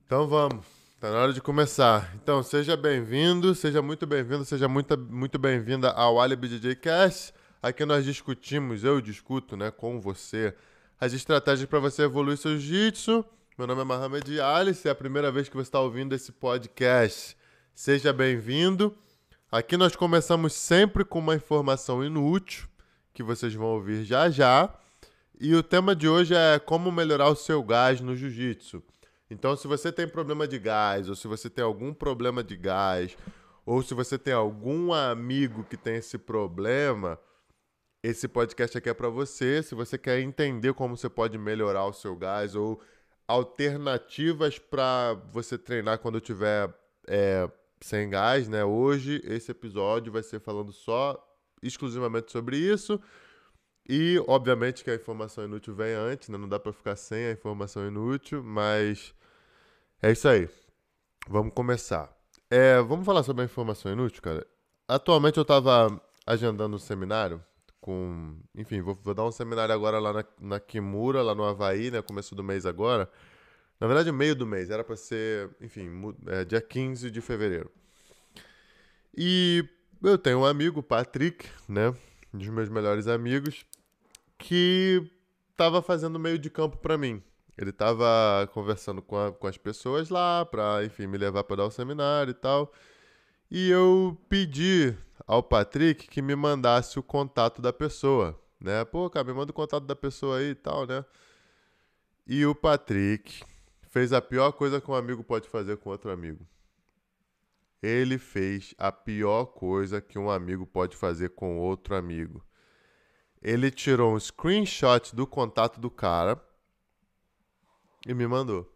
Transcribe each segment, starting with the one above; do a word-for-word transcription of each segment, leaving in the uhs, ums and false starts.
Então vamos, tá na hora de começar. Então seja bem-vindo, seja muito bem-vindo, seja muito, muito bem-vinda ao Alibi D J Cast. Aqui nós discutimos, eu discuto, né, com você, as estratégias para você evoluir seu jiu-jitsu. Meu nome é Mohamed Ali, se é a primeira vez que você está ouvindo esse podcast, seja bem-vindo. Aqui nós começamos sempre com uma informação inútil, que vocês vão ouvir já já. E o tema de hoje é como melhorar o seu gás no jiu-jitsu. Então, se você tem problema de gás, ou se você tem algum problema de gás, ou se você tem algum amigo que tem esse problema, esse podcast aqui é para você. Se você quer entender como você pode melhorar o seu gás ou alternativas para você treinar quando tiver é, sem gás, né? Hoje esse episódio vai ser falando só exclusivamente sobre isso. E, obviamente, que a informação inútil vem antes, né? Não dá pra ficar sem a informação inútil, mas é isso aí. Vamos começar. É, vamos falar sobre a informação inútil, cara. Atualmente eu tava agendando um seminário com... Enfim, vou, vou dar um seminário agora lá na, na Kimura, lá no Havaí, né? Começo do mês agora. Na verdade, meio do mês. Era pra ser, enfim, mu- é, dia quinze de fevereiro. E eu tenho um amigo, Patrick, né? Um dos meus melhores amigos, que tava fazendo meio de campo pra mim. Ele tava conversando com, a- com as pessoas lá pra, enfim, me levar pra dar o seminário e tal. E eu pedi ao Patrick que me mandasse o contato da pessoa, né? Pô, cara, me manda o contato da pessoa aí e tal, né? E o Patrick fez a pior coisa que um amigo pode fazer com outro amigo. Ele fez a pior coisa que um amigo pode fazer com outro amigo. Ele tirou um screenshot do contato do cara e me mandou.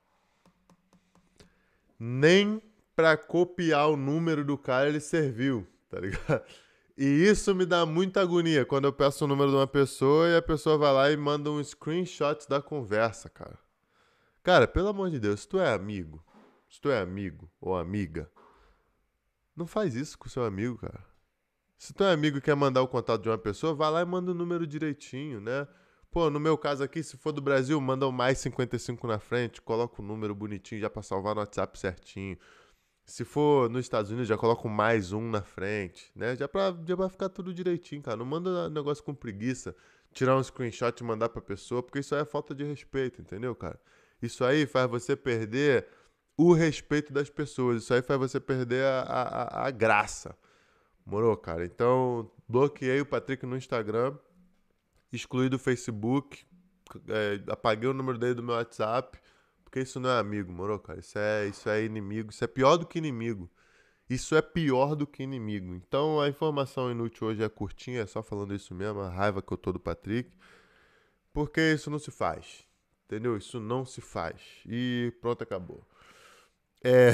Nem pra copiar o número do cara ele serviu, tá ligado? E isso me dá muita agonia quando eu peço o número de uma pessoa e a pessoa vai lá e manda um screenshot da conversa, cara. Cara, pelo amor de Deus, se tu é amigo, se tu é amigo ou amiga, não faz isso com seu amigo, cara. Se tu é amigo e quer mandar o contato de uma pessoa, vai lá e manda o número direitinho, né? Pô, no meu caso aqui, se for do Brasil, manda o mais cinquenta e cinco na frente, coloca o número bonitinho já pra salvar no WhatsApp certinho. Se for nos Estados Unidos, já coloca o mais um na frente, né? Já pra, já pra ficar tudo direitinho, cara. Não manda negócio com preguiça, tirar um screenshot e mandar pra pessoa, porque isso aí é falta de respeito, entendeu, cara? Isso aí faz você perder o respeito das pessoas. Isso aí faz você perder a, a, a a graça. Morou, cara? Então, bloqueei o Patrick no Instagram, excluí do Facebook, é, apaguei o número dele do meu WhatsApp, porque isso não é amigo, morou, cara? Isso é, isso é inimigo, isso é pior do que inimigo. Isso é pior do que inimigo. Então, a informação inútil hoje é curtinha, é só falando isso mesmo, a raiva que eu tô do Patrick, porque isso não se faz, entendeu? Isso não se faz. E pronto, acabou. É,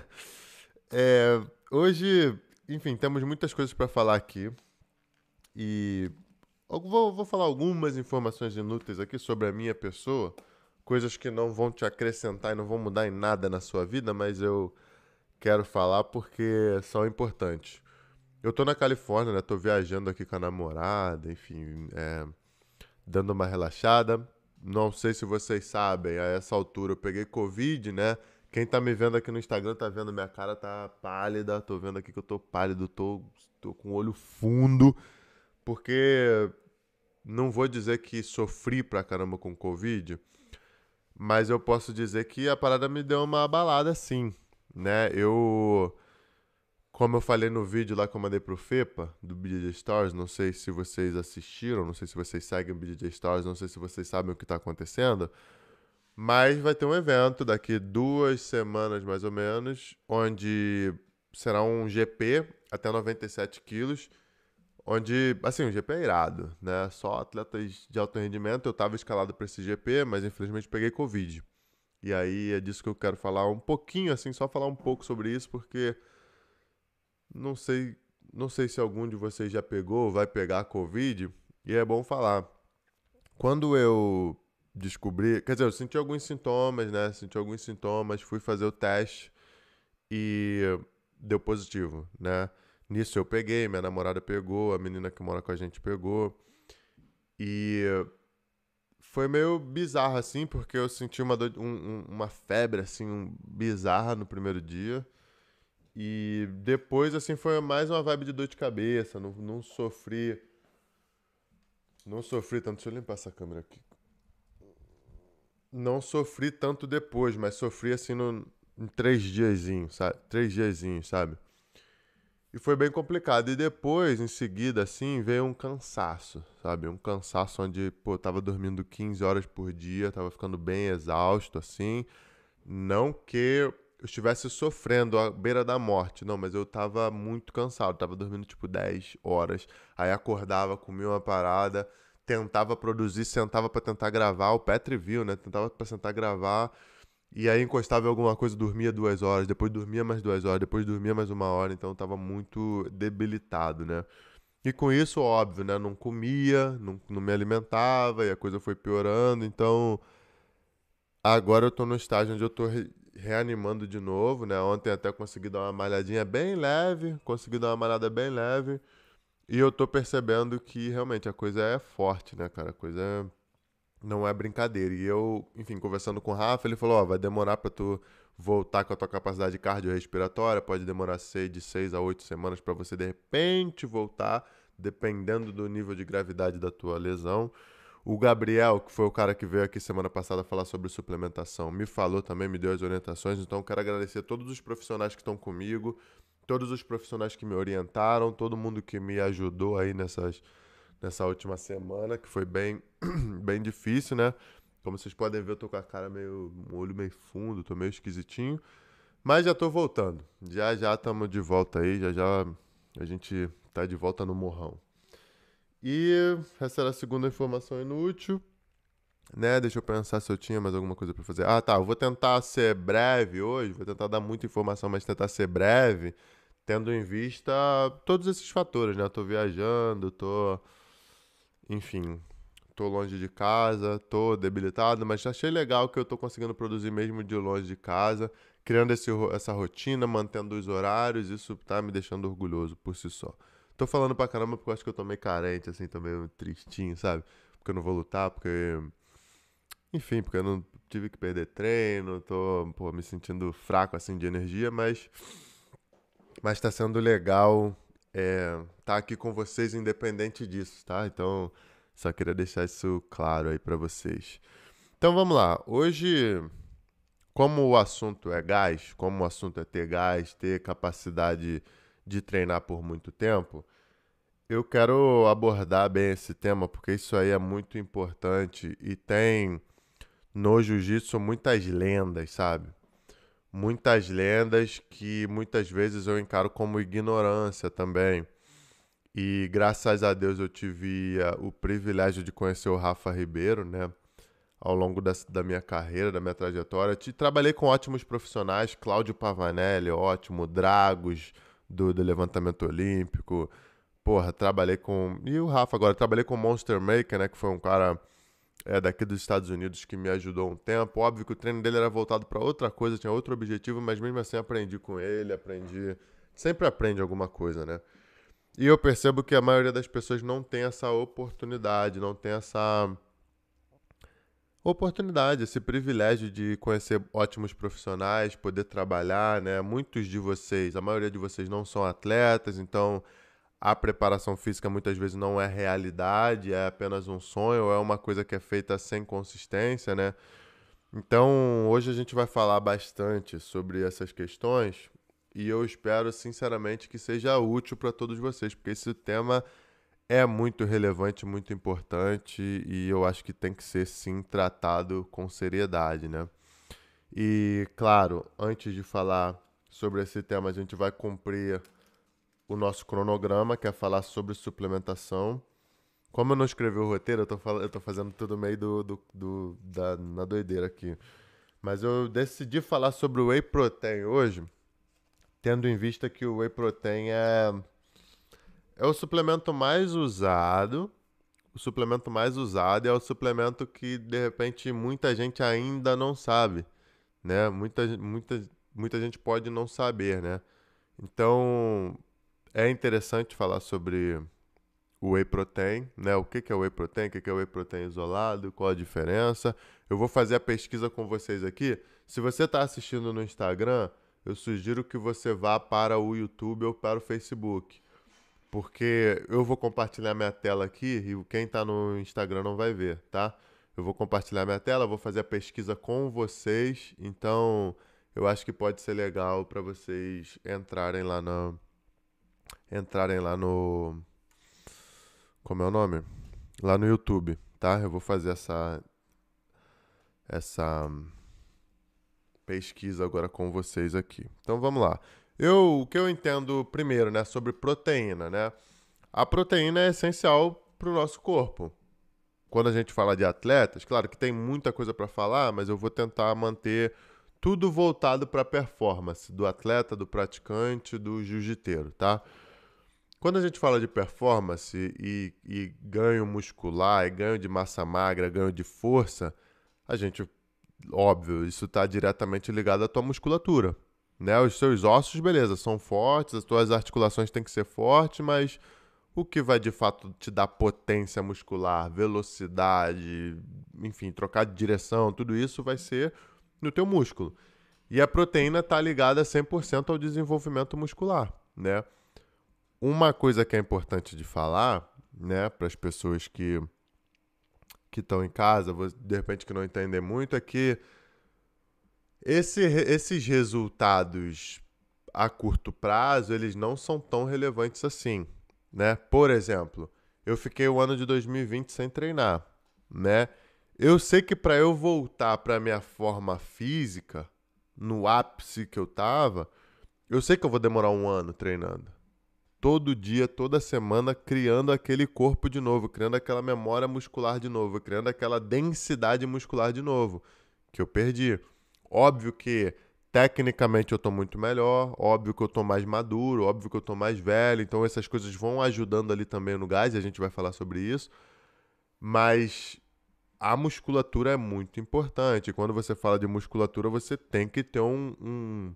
é, hoje, enfim, temos muitas coisas para falar aqui. E eu vou, vou falar algumas informações inúteis aqui sobre a minha pessoa, coisas que não vão te acrescentar e não vão mudar em nada na sua vida, mas eu quero falar porque são importantes. Eu tô na Califórnia, né? Tô viajando aqui com a namorada, enfim, é, dando uma relaxada. Não sei se vocês sabem, a essa altura eu peguei Covid, né? Quem tá me vendo aqui no Instagram tá vendo minha cara tá pálida. Tô vendo aqui que eu tô pálido, tô, tô com o olho fundo. Porque não vou dizer que sofri pra caramba com Covid, mas eu posso dizer que a parada me deu uma abalada sim, né? Eu, como eu falei no vídeo lá que eu mandei pro Fepa, do B J J Stars, não sei se vocês assistiram, não sei se vocês seguem o B J J Stars, não sei se vocês sabem o que tá acontecendo, mas vai ter um evento daqui duas semanas mais ou menos, onde será um G P até noventa e sete quilos, onde, assim, o G P é irado, né? Só atletas de alto rendimento. Eu tava escalado para esse G P, mas infelizmente peguei Covid. E aí é disso que eu quero falar um pouquinho, assim, só falar um pouco sobre isso, porque não sei, não sei se algum de vocês já pegou ou vai pegar Covid, e é bom falar. Quando eu descobri, quer dizer, eu senti alguns sintomas, né? Senti alguns sintomas, fui fazer o teste e deu positivo, né? Nisso eu peguei, minha namorada pegou, a menina que mora com a gente pegou. E foi meio bizarro, assim, porque eu senti uma, dor- um- um- uma febre, assim, um- bizarra no primeiro dia. E depois, assim, foi mais uma vibe de dor de cabeça. Não, não sofri. Não sofri tanto. Deixa eu limpar essa câmera aqui. Não sofri tanto depois, mas sofri, assim, no, em três diazinhos, sabe? Três diazinhos, sabe? E foi bem complicado. E depois, em seguida, assim, veio um cansaço, sabe? Um cansaço onde, pô, eu tava dormindo quinze horas por dia, tava ficando bem exausto, assim. Não que eu estivesse sofrendo à beira da morte, não, mas eu tava muito cansado, tava dormindo tipo dez horas, aí acordava, comia uma parada, tentava produzir, sentava pra tentar gravar, o Petri viu, né? Tentava pra sentar gravar, e aí encostava em alguma coisa, dormia duas horas, depois dormia mais duas horas, depois dormia mais uma hora, então eu tava muito debilitado, né? E com isso, óbvio, né? Não comia, não, não me alimentava, e a coisa foi piorando, então agora eu tô no estágio onde eu tô re- reanimando de novo, né? Ontem até consegui dar uma malhadinha bem leve, consegui dar uma malhada bem leve. E eu tô percebendo que realmente a coisa é forte, né, cara? A coisa é- não é brincadeira. E eu, enfim, conversando com o Rafa, ele falou, ó, vai demorar pra tu voltar com a tua capacidade cardiorrespiratória, pode demorar seis, de seis a oito semanas pra você de repente voltar, dependendo do nível de gravidade da tua lesão. O Gabriel, que foi o cara que veio aqui semana passada falar sobre suplementação, me falou também, me deu as orientações. Então, eu quero agradecer a todos os profissionais que estão comigo, todos os profissionais que me orientaram, todo mundo que me ajudou aí nessas, nessa última semana, que foi bem, bem difícil, né? Como vocês podem ver, eu tô com a cara meio, um olho meio fundo, tô meio esquisitinho. Mas já tô voltando. Já já estamos de volta aí, já já a gente tá de volta no morrão. E essa era a segunda informação inútil, né? Deixa eu pensar se eu tinha mais alguma coisa pra fazer. Ah, tá. Eu vou tentar ser breve hoje, vou tentar dar muita informação, mas tentar ser breve, tendo em vista todos esses fatores, né? Eu tô viajando, tô, enfim, tô longe de casa, tô debilitado, mas achei legal que eu tô conseguindo produzir mesmo de longe de casa, criando esse, ro- essa rotina, mantendo os horários, isso tá me deixando orgulhoso por si só. Tô falando pra caramba porque eu acho que eu tô meio carente, assim, tô meio tristinho, sabe? Porque eu não vou lutar, porque enfim, porque eu não tive que perder treino, tô, pô, me sentindo fraco assim de energia, mas mas tá sendo legal é, tá aqui com vocês independente disso, tá? Então, só queria deixar isso claro aí pra vocês. Então, vamos lá. Hoje, como o assunto é gás, como o assunto é ter gás, ter capacidade de treinar por muito tempo, eu quero abordar bem esse tema porque isso aí é muito importante e tem no jiu-jitsu muitas lendas, sabe? Muitas lendas que muitas vezes eu encaro como ignorância também. E graças a Deus eu tive ah, o privilégio de conhecer o Rafa Ribeiro, né? Ao longo da, da minha carreira, da minha trajetória. Te, trabalhei com ótimos profissionais, Cláudio Pavanelli, ótimo, Dragos, do, do levantamento olímpico. Porra, trabalhei com... E o Rafa agora, trabalhei com o Monster Maker, né? Que foi um cara é, daqui dos Estados Unidos que me ajudou um tempo. Óbvio que o treino dele era voltado para outra coisa, tinha outro objetivo, mas mesmo assim aprendi com ele, aprendi. Sempre aprende alguma coisa, né? E eu percebo que a maioria das pessoas não tem essa oportunidade, não tem essa oportunidade, esse privilégio de conhecer ótimos profissionais, poder trabalhar, né? Muitos de vocês, a maioria de vocês não são atletas, então a preparação física muitas vezes não é realidade, é apenas um sonho, é uma coisa que é feita sem consistência, né? Então, hoje a gente vai falar bastante sobre essas questões e eu espero sinceramente que seja útil para todos vocês, porque esse tema é muito relevante, muito importante e eu acho que tem que ser sim tratado com seriedade, né? E claro, antes de falar sobre esse tema, a gente vai cumprir o nosso cronograma, que é falar sobre suplementação. Como eu não escrevi o roteiro, eu tô, fal- eu tô fazendo tudo meio do, do, do- da, na doideira aqui. Mas eu decidi falar sobre o Whey Protein hoje, tendo em vista que o Whey Protein é, é o suplemento mais usado. O suplemento mais usado é o suplemento que, de repente, muita gente ainda não sabe, né? Muita, muita, muita gente pode não saber, né? Então, é interessante falar sobre o whey protein, né? O que que é whey protein, o que que é whey protein isolado, qual a diferença. Eu vou fazer a pesquisa com vocês aqui. Se você está assistindo no Instagram, eu sugiro que você vá para o YouTube ou para o Facebook, porque eu vou compartilhar minha tela aqui e quem está no Instagram não vai ver, tá? Eu vou compartilhar minha tela, vou fazer a pesquisa com vocês, então eu acho que pode ser legal para vocês entrarem lá na entrarem lá no como é o nome? Lá no YouTube, tá? Eu vou fazer essa essa pesquisa agora com vocês aqui. Então vamos lá. Eu, o que eu entendo primeiro, né, sobre proteína, né? A proteína é essencial para o nosso corpo. Quando a gente fala de atletas, claro que tem muita coisa para falar, mas eu vou tentar manter tudo voltado para a performance do atleta, do praticante, do jiu-jiteiro, tá? Quando a gente fala de performance e, e ganho muscular, e ganho de massa magra, ganho de força, a gente, óbvio, isso está diretamente ligado à tua musculatura, né? Os seus ossos, beleza, são fortes, as tuas articulações têm que ser fortes, mas o que vai de fato te dar potência muscular, velocidade, enfim, trocar de direção, tudo isso vai ser no teu músculo. E a proteína está ligada cem por cento ao desenvolvimento muscular, né? Uma coisa que é importante de falar, né, para as pessoas que que estão em casa, de repente que não entendem muito, é que esse, esses resultados a curto prazo, eles não são tão relevantes assim, né? Por exemplo, eu fiquei o ano de dois mil e vinte sem treinar, né? Eu sei que para eu voltar para minha forma física, no ápice que eu tava, eu sei que eu vou demorar um ano treinando. Todo dia, toda semana, criando aquele corpo de novo, criando aquela memória muscular de novo, criando aquela densidade muscular de novo, que eu perdi. Óbvio que tecnicamente eu estou muito melhor, óbvio que eu estou mais maduro, óbvio que eu estou mais velho, então essas coisas vão ajudando ali também no gás, e a gente vai falar sobre isso, mas a musculatura é muito importante. Quando você fala de musculatura, você tem que ter um... um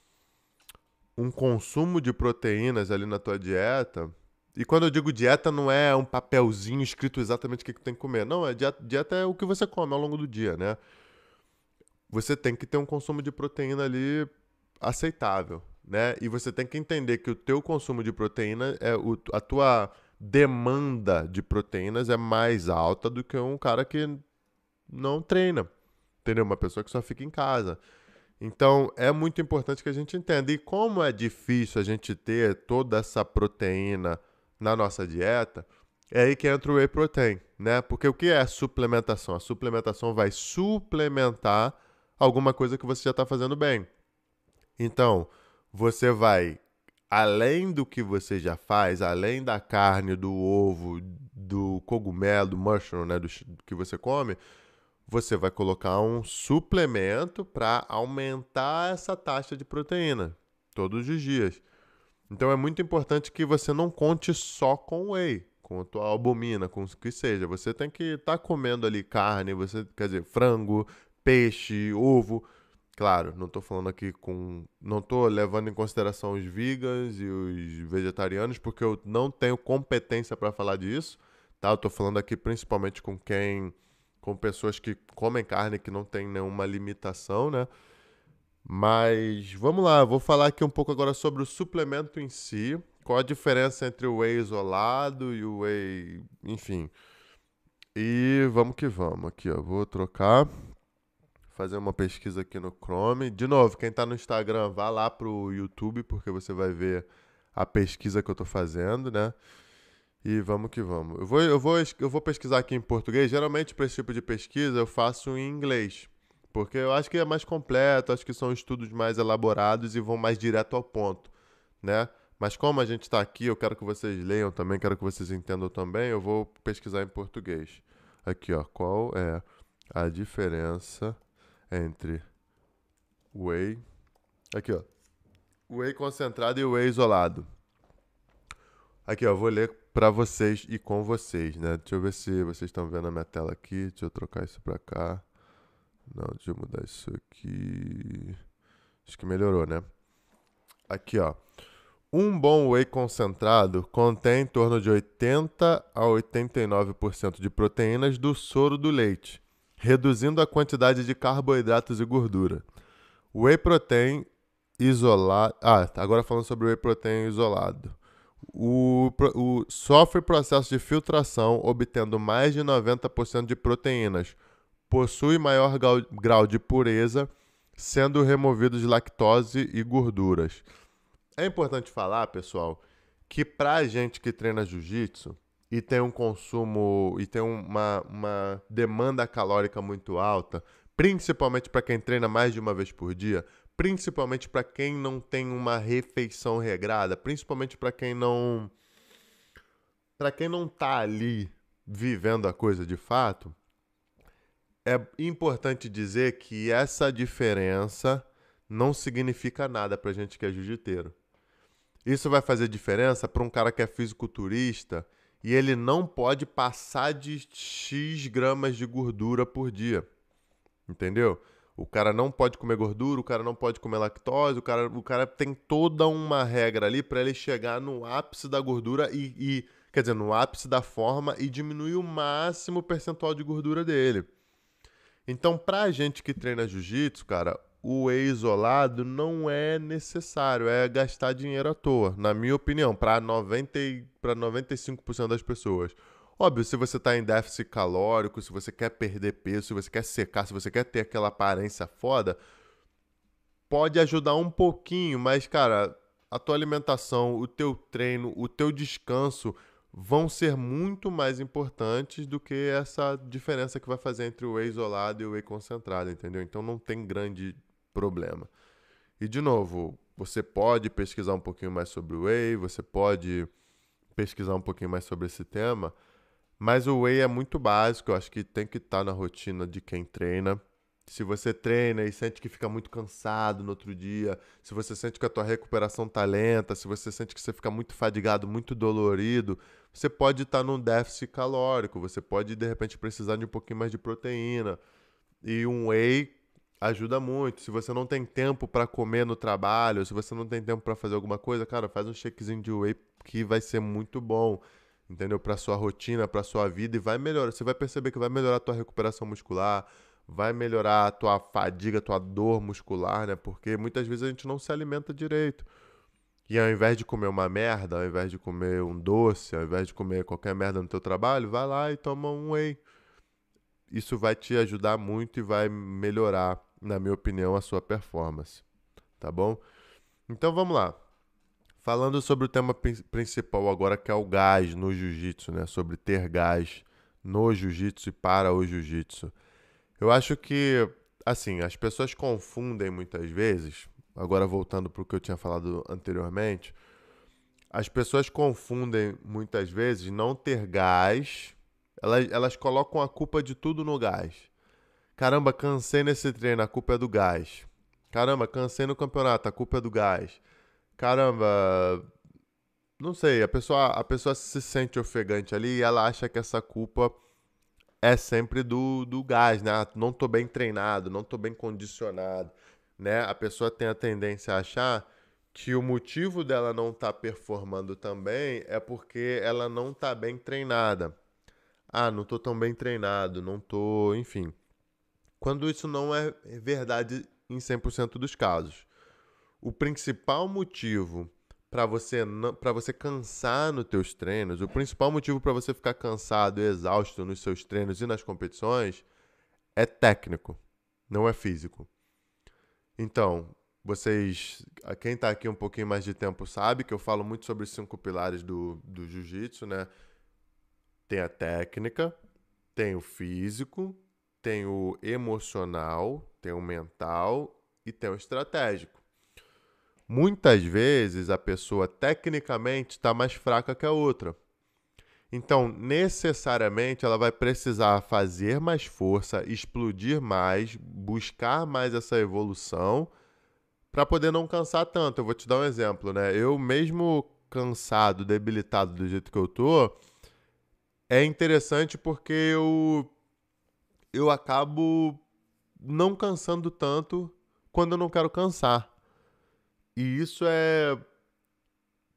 um consumo de proteínas ali na tua dieta. E quando eu digo dieta, não é um papelzinho escrito exatamente o que tu tem que comer. Não, é dieta, dieta é o que você come ao longo do dia, né? Você tem que ter um consumo de proteína ali aceitável, né? E você tem que entender que o teu consumo de proteína, é o, a tua demanda de proteínas é mais alta do que um cara que não treina, entendeu? Uma pessoa que só fica em casa. Então, é muito importante que a gente entenda. E como é difícil a gente ter toda essa proteína na nossa dieta, é aí que entra o whey protein, né? Porque o que é a suplementação? A suplementação vai suplementar alguma coisa que você já está fazendo bem. Então, você vai, além do que você já faz, além da carne, do ovo, do cogumelo, do mushroom, né? Do que você come, você vai colocar um suplemento para aumentar essa taxa de proteína todos os dias. Então é muito importante que você não conte só com whey, com a tua albumina, com o que seja. Você tem que estar tá comendo ali carne, você quer dizer frango, peixe, ovo. Claro, não estou falando aqui com, não estou levando em consideração os vegans e os vegetarianos, porque eu não tenho competência para falar disso, tá? Eu estou falando aqui principalmente com quem com pessoas que comem carne, que não tem nenhuma limitação, né? Mas vamos lá, vou falar aqui um pouco agora sobre o suplemento em si, qual a diferença entre o whey isolado e o whey, enfim. E vamos que vamos, aqui ó, vou trocar, fazer uma pesquisa aqui no Chrome. De novo, quem tá no Instagram, vá lá pro YouTube, porque você vai ver a pesquisa que eu tô fazendo, né? E vamos que vamos. Eu vou, eu vou, eu vou pesquisar aqui em português. Geralmente, para esse tipo de pesquisa, eu faço em inglês. Porque eu acho que é mais completo, acho que são estudos mais elaborados e vão mais direto ao ponto, né? Mas como a gente está aqui, eu quero que vocês leiam também, quero que vocês entendam também, eu vou pesquisar em português. Aqui, ó. Qual é a diferença entre whey... Aqui, ó. Whey concentrado e whey isolado. Aqui, ó, vou ler para vocês e com vocês, né? Deixa eu ver se vocês estão vendo a minha tela aqui. Deixa eu trocar isso para cá. Não, deixa eu mudar isso aqui. Acho que melhorou, né? Aqui, ó. Um bom whey concentrado contém em torno de oitenta a oitenta e nove por cento de proteínas do soro do leite, reduzindo a quantidade de carboidratos e gordura. O whey protein isolado... Ah, agora falando sobre o whey protein isolado. O, o, sofre processo de filtração, obtendo mais de noventa por cento de proteínas. Possui maior grau, grau de pureza, sendo removidos lactose e gorduras. É importante falar, pessoal, que pra gente que treina jiu-jitsu e tem um consumo e tem uma, uma demanda calórica muito alta, principalmente para quem treina mais de uma vez por dia, principalmente para quem não tem uma refeição regrada, principalmente para quem não para quem não tá ali vivendo a coisa de fato, é importante dizer que essa diferença não significa nada pra gente que é jiu-jiteiro. Isso vai fazer diferença para um cara que é fisiculturista e ele não pode passar de X gramas de gordura por dia. Entendeu? O cara não pode comer gordura, o cara não pode comer lactose, o cara, o cara tem toda uma regra ali para ele chegar no ápice da gordura e, e, quer dizer, no ápice da forma e diminuir o máximo o percentual de gordura dele. Então, pra gente que treina jiu-jitsu, cara, o whey isolado não é necessário, é gastar dinheiro à toa, na minha opinião, para noventa para noventa e cinco por cento das pessoas. Óbvio, se você está em déficit calórico, se você quer perder peso, se você quer secar, se você quer ter aquela aparência foda, pode ajudar um pouquinho, mas, cara, a tua alimentação, o teu treino, o teu descanso vão ser muito mais importantes do que essa diferença que vai fazer entre o whey isolado e o whey concentrado, entendeu? Então não tem grande problema. E, de novo, você pode pesquisar um pouquinho mais sobre o whey, você pode pesquisar um pouquinho mais sobre esse tema, mas o whey é muito básico, eu acho que tem que estar na rotina de quem treina. Se você treina e sente que fica muito cansado no outro dia, se você sente que a tua recuperação tá lenta, se você sente que você fica muito fadigado, muito dolorido, você pode estar num déficit calórico, você pode, de repente, precisar de um pouquinho mais de proteína. E um whey ajuda muito. Se você não tem tempo para comer no trabalho, se você não tem tempo para fazer alguma coisa, cara, faz um shakezinho de whey que vai ser muito bom, entendeu? Para sua rotina, para sua vida e vai melhorar. Você vai perceber que vai melhorar a tua recuperação muscular, vai melhorar a tua fadiga, a tua dor muscular, né? Porque muitas vezes a gente não se alimenta direito. E ao invés de comer uma merda, ao invés de comer um doce, ao invés de comer qualquer merda no teu trabalho, vai lá e toma um whey. Isso vai te ajudar muito e vai melhorar, na minha opinião, a sua performance, tá bom? Então vamos lá. Falando sobre o tema principal agora, que é o gás no jiu-jitsu, né? Sobre ter gás no jiu-jitsu e para o jiu-jitsu. Eu acho que, assim, as pessoas confundem muitas vezes, agora voltando para o que eu tinha falado anteriormente, as pessoas confundem muitas vezes não ter gás, elas, elas colocam a culpa de tudo no gás. Caramba, cansei nesse treino, a culpa é do gás. Caramba, cansei no campeonato, a culpa é do gás. Caramba, não sei, a pessoa, a pessoa se sente ofegante ali e ela acha que essa culpa é sempre do, do gás, né? Ah, não tô bem treinado, não tô bem condicionado, né? A pessoa tem a tendência a achar que o motivo dela não estar performando também é porque ela não tá bem treinada. Ah, não tô tão bem treinado, não tô, enfim. Quando isso não é verdade em cem por cento dos casos. O principal motivo para você para você cansar nos teus treinos, o principal motivo para você ficar cansado e exausto nos seus treinos e nas competições é técnico, não é físico. Então, vocês, quem está aqui um pouquinho mais de tempo sabe que eu falo muito sobre os cinco pilares do, do jiu-jitsu, né? Tem a técnica, tem o físico, tem o emocional, tem o mental e tem o estratégico. Muitas vezes a pessoa tecnicamente está mais fraca que a outra. Então, necessariamente, ela vai precisar fazer mais força, explodir mais, buscar mais essa evolução para poder não cansar tanto. Eu vou te dar um exemplo, né? Eu mesmo cansado, debilitado do jeito que eu tô, é interessante porque eu, eu acabo não cansando tanto quando eu não quero cansar. E isso é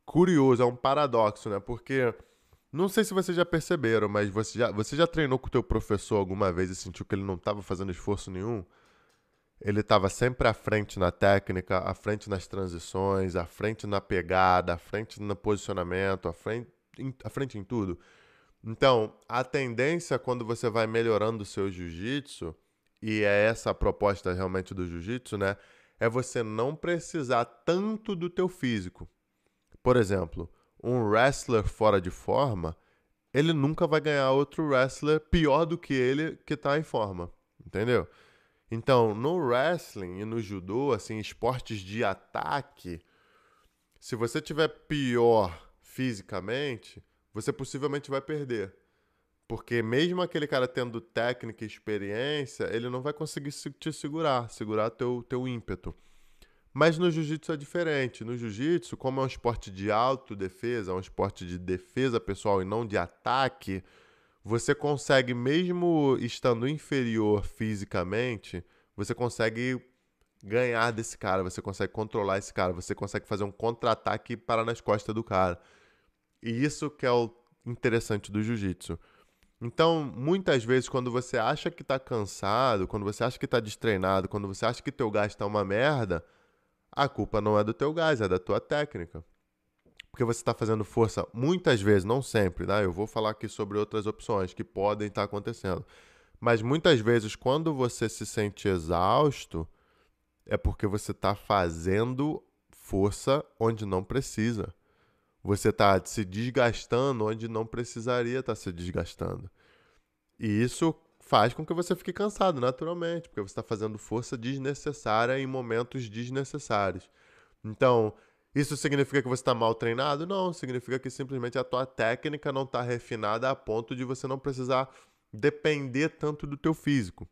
curioso, é um paradoxo, né? Porque não sei se vocês já perceberam, mas você já, você já treinou com o teu professor alguma vez e sentiu que ele não estava fazendo esforço nenhum? Ele estava sempre à frente na técnica, à frente nas transições, à frente na pegada, à frente no posicionamento, à frente, em, à frente em tudo. Então, a tendência quando você vai melhorando o seu jiu-jitsu, e é essa a proposta realmente do jiu-jitsu, né? É você não precisar tanto do teu físico. Por exemplo, um wrestler fora de forma, ele nunca vai ganhar outro wrestler pior do que ele que está em forma, entendeu? Então, no wrestling e no judô, assim, esportes de ataque, se você tiver pior fisicamente, você possivelmente vai perder. Porque mesmo aquele cara tendo técnica e experiência, ele não vai conseguir se- te segurar, segurar teu, teu ímpeto. Mas no jiu-jitsu é diferente. No jiu-jitsu, como é um esporte de autodefesa, é um esporte de defesa pessoal e não de ataque, você consegue, mesmo estando inferior fisicamente, você consegue ganhar desse cara, você consegue controlar esse cara, você consegue fazer um contra-ataque e parar nas costas do cara. E isso que é o interessante do jiu-jitsu. Então, muitas vezes, quando você acha que tá cansado, quando você acha que tá destreinado, quando você acha que teu gás tá uma merda, a culpa não é do teu gás, é da tua técnica. Porque você está fazendo força muitas vezes, não sempre, né? Eu vou falar aqui sobre outras opções que podem estar acontecendo. Mas muitas vezes, quando você se sente exausto, é porque você está fazendo força onde não precisa. Você está se desgastando onde não precisaria estar se desgastando. E isso faz com que você fique cansado, naturalmente, porque você está fazendo força desnecessária em momentos desnecessários. Então, isso significa que você está mal treinado? Não, significa que simplesmente a tua técnica não está refinada a ponto de você não precisar depender tanto do teu físico.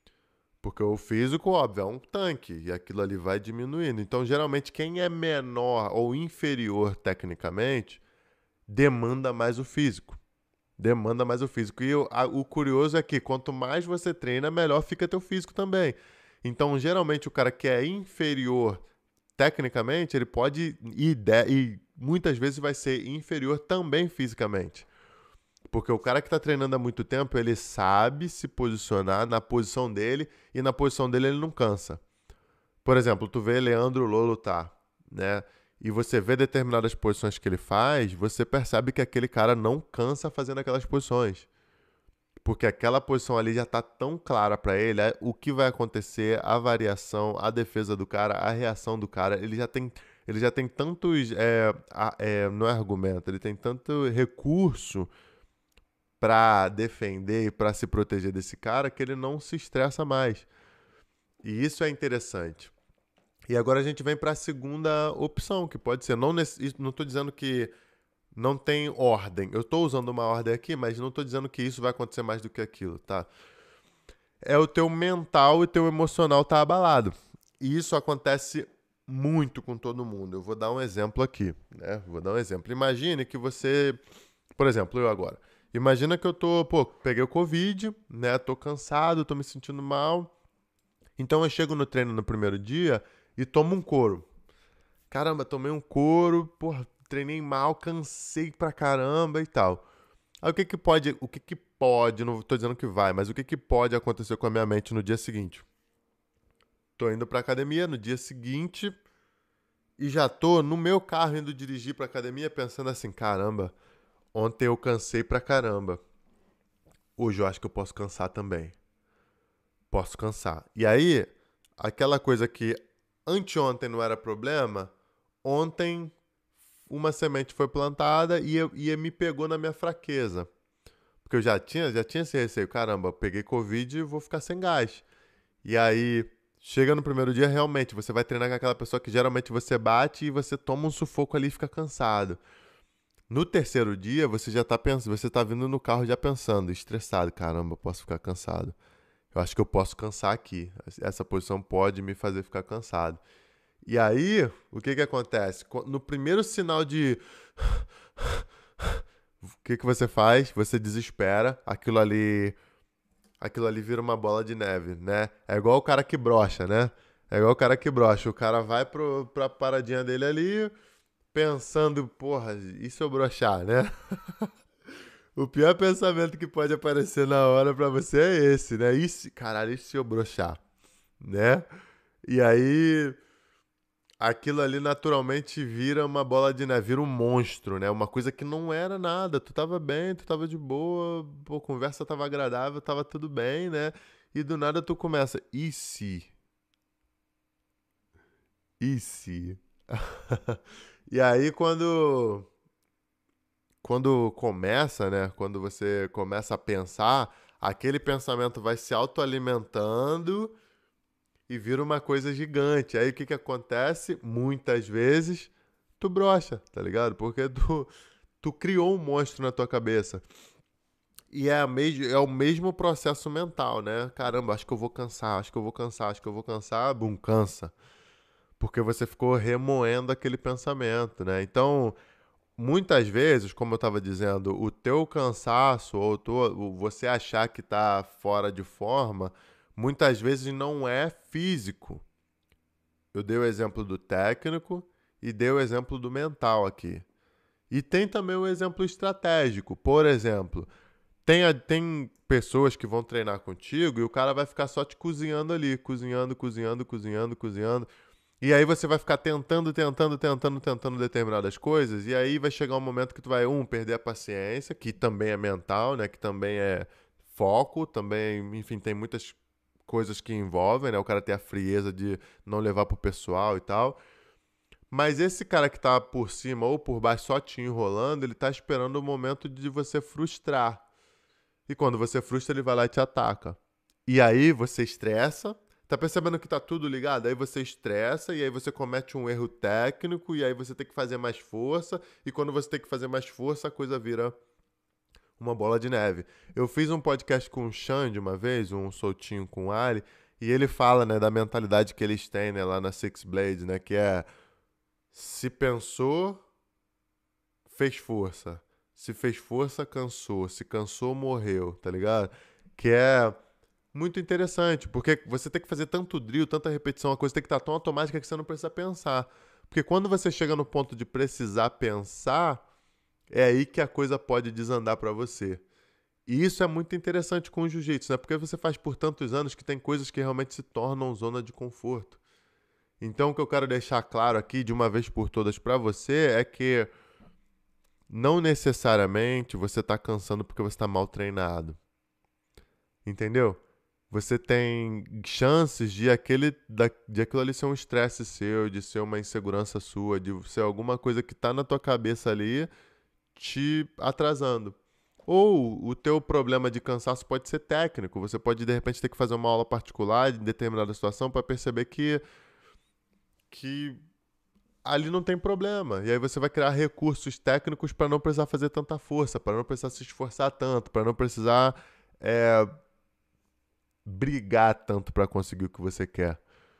Porque o físico, óbvio, é um tanque e aquilo ali vai diminuindo. Então, geralmente, quem é menor ou inferior tecnicamente demanda mais o físico. Demanda mais o físico. E o, a- o curioso é que quanto mais você treina, melhor fica teu físico também. Então, geralmente, o cara que é inferior tecnicamente, ele pode ir de, e muitas vezes vai ser inferior também fisicamente. Porque o cara que está treinando há muito tempo, ele sabe se posicionar na posição dele e na posição dele ele não cansa. Por exemplo, tu vê Leandro Lô lutar, né? E você vê determinadas posições que ele faz, você percebe que aquele cara não cansa fazendo aquelas posições. Porque aquela posição ali já está tão clara para ele, é, o que vai acontecer, a variação, a defesa do cara, a reação do cara, ele já tem, ele já tem tantos, é, a- é, não é argumento, ele tem tanto recurso para defender e para se proteger desse cara que ele não se estressa mais. E isso é interessante. E agora a gente vem para a segunda opção, que pode ser, não, nesse, não estou dizendo que não tem ordem. Eu estou usando uma ordem aqui, mas não estou dizendo que isso vai acontecer mais do que aquilo, tá? É o teu mental e teu emocional tá abalado. E isso acontece muito com todo mundo. Eu vou dar um exemplo aqui, né? Vou dar um exemplo. Imagine que você, por exemplo, eu agora. Imagina que eu tô, pô, peguei o Covid, né? Tô cansado, tô me sentindo mal. Então eu chego no treino no primeiro dia e tomo um couro. Caramba, tomei um couro, porra, treinei mal, cansei pra caramba e tal. Aí o que que pode, o que que pode, não tô dizendo que vai, mas o que que pode acontecer com a minha mente no dia seguinte? Tô indo pra academia no dia seguinte e já tô no meu carro indo dirigir pra academia pensando assim, caramba, ontem eu cansei pra caramba. Hoje eu acho que eu posso cansar também. Posso cansar. E aí, aquela coisa que anteontem não era problema, ontem uma semente foi plantada e, eu, e me pegou na minha fraqueza. Porque eu já tinha, já tinha esse receio. Caramba, peguei Covid e vou ficar sem gás. E aí, chega no primeiro dia, realmente, você vai treinar com aquela pessoa que geralmente você bate e você toma um sufoco ali e fica cansado. No terceiro dia, você já tá pensando, você tá vindo no carro já pensando, estressado. Caramba, posso ficar cansado. Eu acho que eu posso cansar aqui. Essa posição pode me fazer ficar cansado. E aí, o que que acontece? No primeiro sinal de o que que você faz? Você desespera, aquilo ali, aquilo ali vira uma bola de neve, né? É igual o cara que brocha, né? É igual o cara que brocha. O cara vai pro, pra paradinha dele ali, pensando, porra, e se eu broxar, né? O pior pensamento que pode aparecer na hora pra você é esse, né? E se, caralho, e se eu broxar, né? E aí, aquilo ali naturalmente vira uma bola de neve, vira um monstro, né? Uma coisa que não era nada. Tu tava bem, tu tava de boa, pô, a conversa tava agradável, tava tudo bem, né? E do nada tu começa, e se? E se? E aí quando quando começa, né? Quando você começa a pensar, aquele pensamento vai se autoalimentando e vira uma coisa gigante. Aí o que que acontece? Muitas vezes tu brocha, tá ligado? Porque tu, tu criou um monstro na tua cabeça. E é, a mes- é o mesmo processo mental, né? Caramba, acho que eu vou cansar, acho que eu vou cansar, acho que eu vou cansar, bum, cansa. Porque você ficou remoendo aquele pensamento, né? Então, muitas vezes, como eu estava dizendo, o teu cansaço ou tu, o- você achar que está fora de forma, muitas vezes não é físico. Eu dei o exemplo do técnico e dei o exemplo do mental aqui. E tem também o exemplo estratégico. Por exemplo, tem, a- tem pessoas que vão treinar contigo e o cara vai ficar só te cozinhando ali, cozinhando, cozinhando, cozinhando, cozinhando. E aí você vai ficar tentando, tentando, tentando, tentando determinadas coisas, e aí vai chegar um momento que tu vai, um, perder a paciência, que também é mental, né? Que também é foco, também, enfim, tem muitas coisas que envolvem, né? O cara ter a frieza de não levar pro pessoal e tal. Mas esse cara que tá por cima ou por baixo só te enrolando, ele tá esperando o momento de você frustrar. E quando você frustra, ele vai lá e te ataca. E aí você estressa, tá percebendo que tá tudo ligado? Aí você estressa e aí você comete um erro técnico e aí você tem que fazer mais força. E quando você tem que fazer mais força, a coisa vira uma bola de neve. Eu fiz um podcast com o Xande uma vez, um soltinho com o Ali, e ele fala, né, da mentalidade que eles têm, né, lá na Six Blades, né, que é se pensou, fez força. Se fez força, cansou. Se cansou, morreu, tá ligado? Que é muito interessante, porque você tem que fazer tanto drill, tanta repetição, a coisa tem que estar tão automática que você não precisa pensar. Porque quando você chega no ponto de precisar pensar, é aí que a coisa pode desandar pra você. E isso é muito interessante com o jiu-jitsu, né? Porque você faz por tantos anos que tem coisas que realmente se tornam zona de conforto. Então, o que eu quero deixar claro aqui, de uma vez por todas, pra você é que não necessariamente você está cansando porque você está mal treinado. Entendeu? Você tem chances de, aquele, da, de aquilo ali ser um estresse seu, de ser uma insegurança sua, de ser alguma coisa que está na tua cabeça ali te atrasando. Ou o teu problema de cansaço pode ser técnico. Você pode, de repente, ter que fazer uma aula particular em determinada situação para perceber que, que ali não tem problema. E aí você vai criar recursos técnicos para não precisar fazer tanta força, para não precisar se esforçar tanto, para não precisar é, brigar tanto para conseguir o que você quer.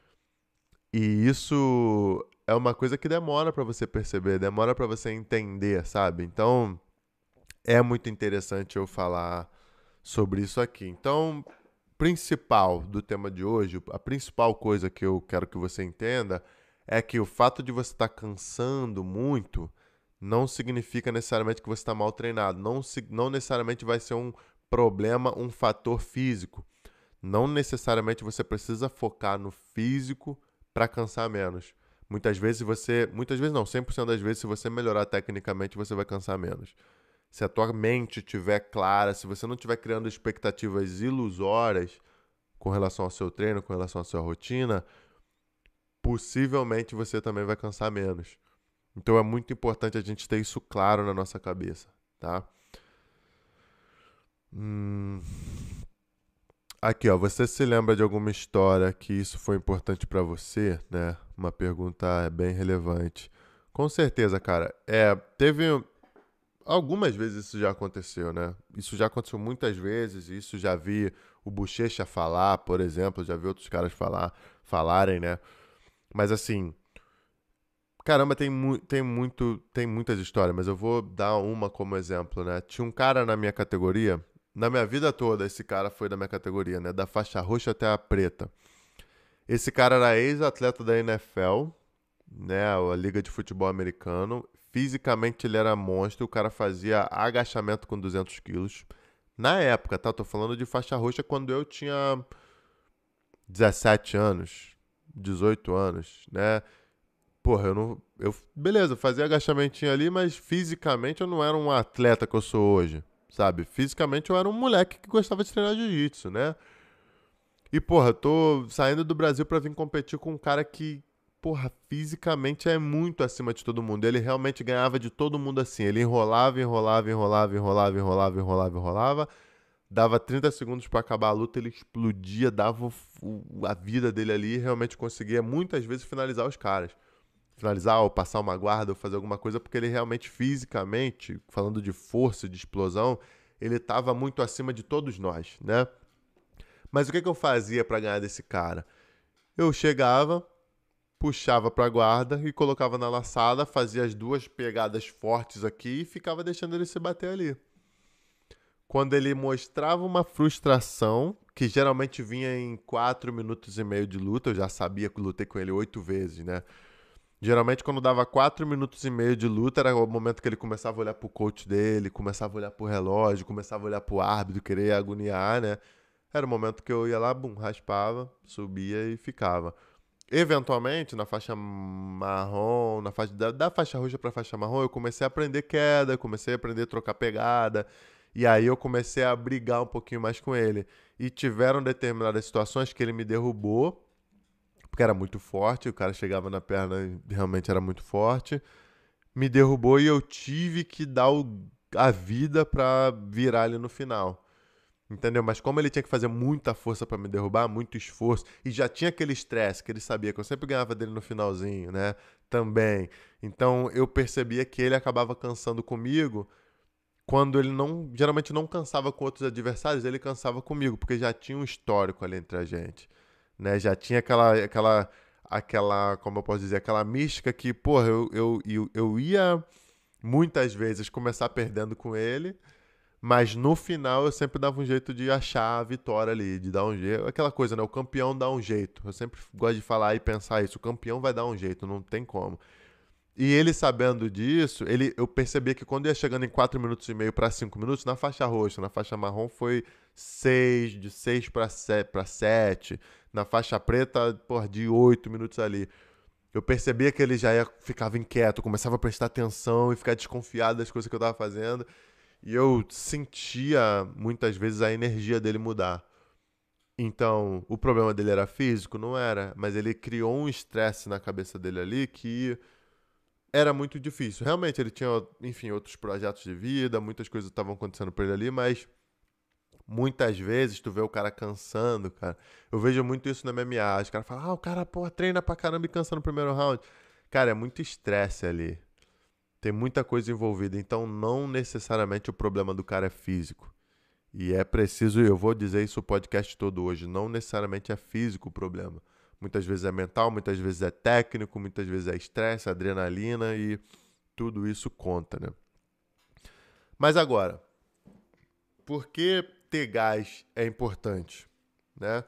E isso é uma coisa que demora para você perceber, demora para você entender, sabe? Então, é muito interessante eu falar sobre isso aqui. Então, principal do tema de hoje, a principal coisa que eu quero que você entenda é que o fato de você estar cansando muito não significa necessariamente que você está mal treinado. Não, não necessariamente vai ser um problema, um fator físico. Não necessariamente você precisa focar no físico para cansar menos. Muitas vezes você, muitas vezes não, cem por cento das vezes, se você melhorar tecnicamente, você vai cansar menos. Se a tua mente estiver clara, se você não estiver criando expectativas ilusórias com relação ao seu treino, com relação à sua rotina, possivelmente você também vai cansar menos. Então é muito importante a gente ter isso claro na nossa cabeça, tá? Hum... Aqui, ó, você se lembra de alguma história que isso foi importante pra você, né? Uma pergunta bem relevante. Com certeza, cara. É, teve algumas vezes isso já aconteceu, né? Isso já aconteceu muitas vezes, isso já vi o Bochecha falar, por exemplo, já vi outros caras falar, falarem, né? Mas assim, caramba, tem, mu tem muito, tem muitas histórias, mas eu vou dar uma como exemplo, né? Tinha um cara na minha categoria, na minha vida toda, esse cara foi da minha categoria, né? Da faixa roxa até a preta. Esse cara era ex-atleta da N F L, né? A Liga de Futebol Americano. Fisicamente ele era monstro, o cara fazia agachamento com duzentos quilos. Na época, tá? Tô falando de faixa roxa quando eu tinha dezessete anos, dezoito anos, né? Porra, eu não. Eu, beleza, eu fazia agachamentinho ali, mas fisicamente eu não era um atleta que eu sou hoje, sabe? Fisicamente eu era um moleque que gostava de treinar jiu-jitsu, né? E, porra, tô saindo do Brasil pra vir competir com um cara que, porra, fisicamente é muito acima de todo mundo. Ele realmente ganhava de todo mundo assim. Ele enrolava, enrolava, enrolava, enrolava, enrolava, enrolava, enrolava. Dava trinta segundos pra acabar a luta, ele explodia, dava o- o- a vida dele ali e realmente conseguia muitas vezes finalizar os caras. Finalizar ou passar uma guarda ou fazer alguma coisa, porque ele realmente fisicamente, falando de força, de explosão, ele estava muito acima de todos nós, né? Mas o que, que eu fazia pra ganhar desse cara? Eu chegava, puxava pra guarda e colocava na laçada, fazia as duas pegadas fortes aqui e ficava deixando ele se bater ali. Quando ele mostrava uma frustração, que geralmente vinha em quatro minutos e meio de luta, eu já sabia que eu lutei com ele oito vezes, né? Geralmente, quando dava quatro minutos e meio de luta, era o momento que ele começava a olhar pro coach dele, começava a olhar pro relógio, começava a olhar pro árbitro, querer agoniar, né? Era o momento que eu ia lá, bum, raspava, subia e ficava. Eventualmente, na faixa marrom, na faixa da, da faixa roxa para faixa marrom, eu comecei a aprender queda, comecei a aprender a trocar pegada, e aí eu comecei a brigar um pouquinho mais com ele. E tiveram determinadas situações que ele me derrubou, porque era muito forte, o cara chegava na perna e realmente era muito forte, me derrubou e eu tive que dar o, a vida para virar ele no final. Entendeu? Mas como ele tinha que fazer muita força pra me derrubar, muito esforço, e já tinha aquele estresse que ele sabia que eu sempre ganhava dele no finalzinho, né? Também. Então eu percebia que ele acabava cansando comigo quando ele não, geralmente não cansava com outros adversários, ele cansava comigo, porque já tinha um histórico ali entre a gente, né? Já tinha aquela aquela aquela, como eu posso dizer, aquela mística que, porra, eu, eu, eu, eu ia muitas vezes começar perdendo com ele, mas no final eu sempre dava um jeito de achar a vitória ali, de dar um jeito. Aquela coisa, né? O campeão dá um jeito. Eu sempre gosto de falar e pensar isso. O campeão vai dar um jeito, não tem como. E ele sabendo disso, ele, eu percebia que quando ia chegando em quatro minutos e meio para cinco minutos, na faixa roxa, na faixa marrom foi seis de seis para sete, na faixa preta, por de oito minutos ali. Eu percebia que ele já ia, ficava inquieto, começava a prestar atenção e ficar desconfiado das coisas que eu estava fazendo. E eu sentia muitas vezes a energia dele mudar. Então, o problema dele era físico? Não era, mas ele criou um estresse na cabeça dele ali que era muito difícil. Realmente, ele tinha, enfim, outros projetos de vida, muitas coisas estavam acontecendo por ele ali, mas muitas vezes tu vê o cara cansando, cara. Eu vejo muito isso na M M A. Os caras falam, ah, o cara, pô, treina pra caramba e cansa no primeiro round. Cara, é muito estresse ali. Tem muita coisa envolvida, então não necessariamente o problema do cara é físico. E é preciso, eu vou dizer isso o podcast todo hoje, não necessariamente é físico o problema. Muitas vezes é mental, muitas vezes é técnico, muitas vezes é estresse, adrenalina e tudo isso conta, né? Mas agora, por que ter gás é importante, né?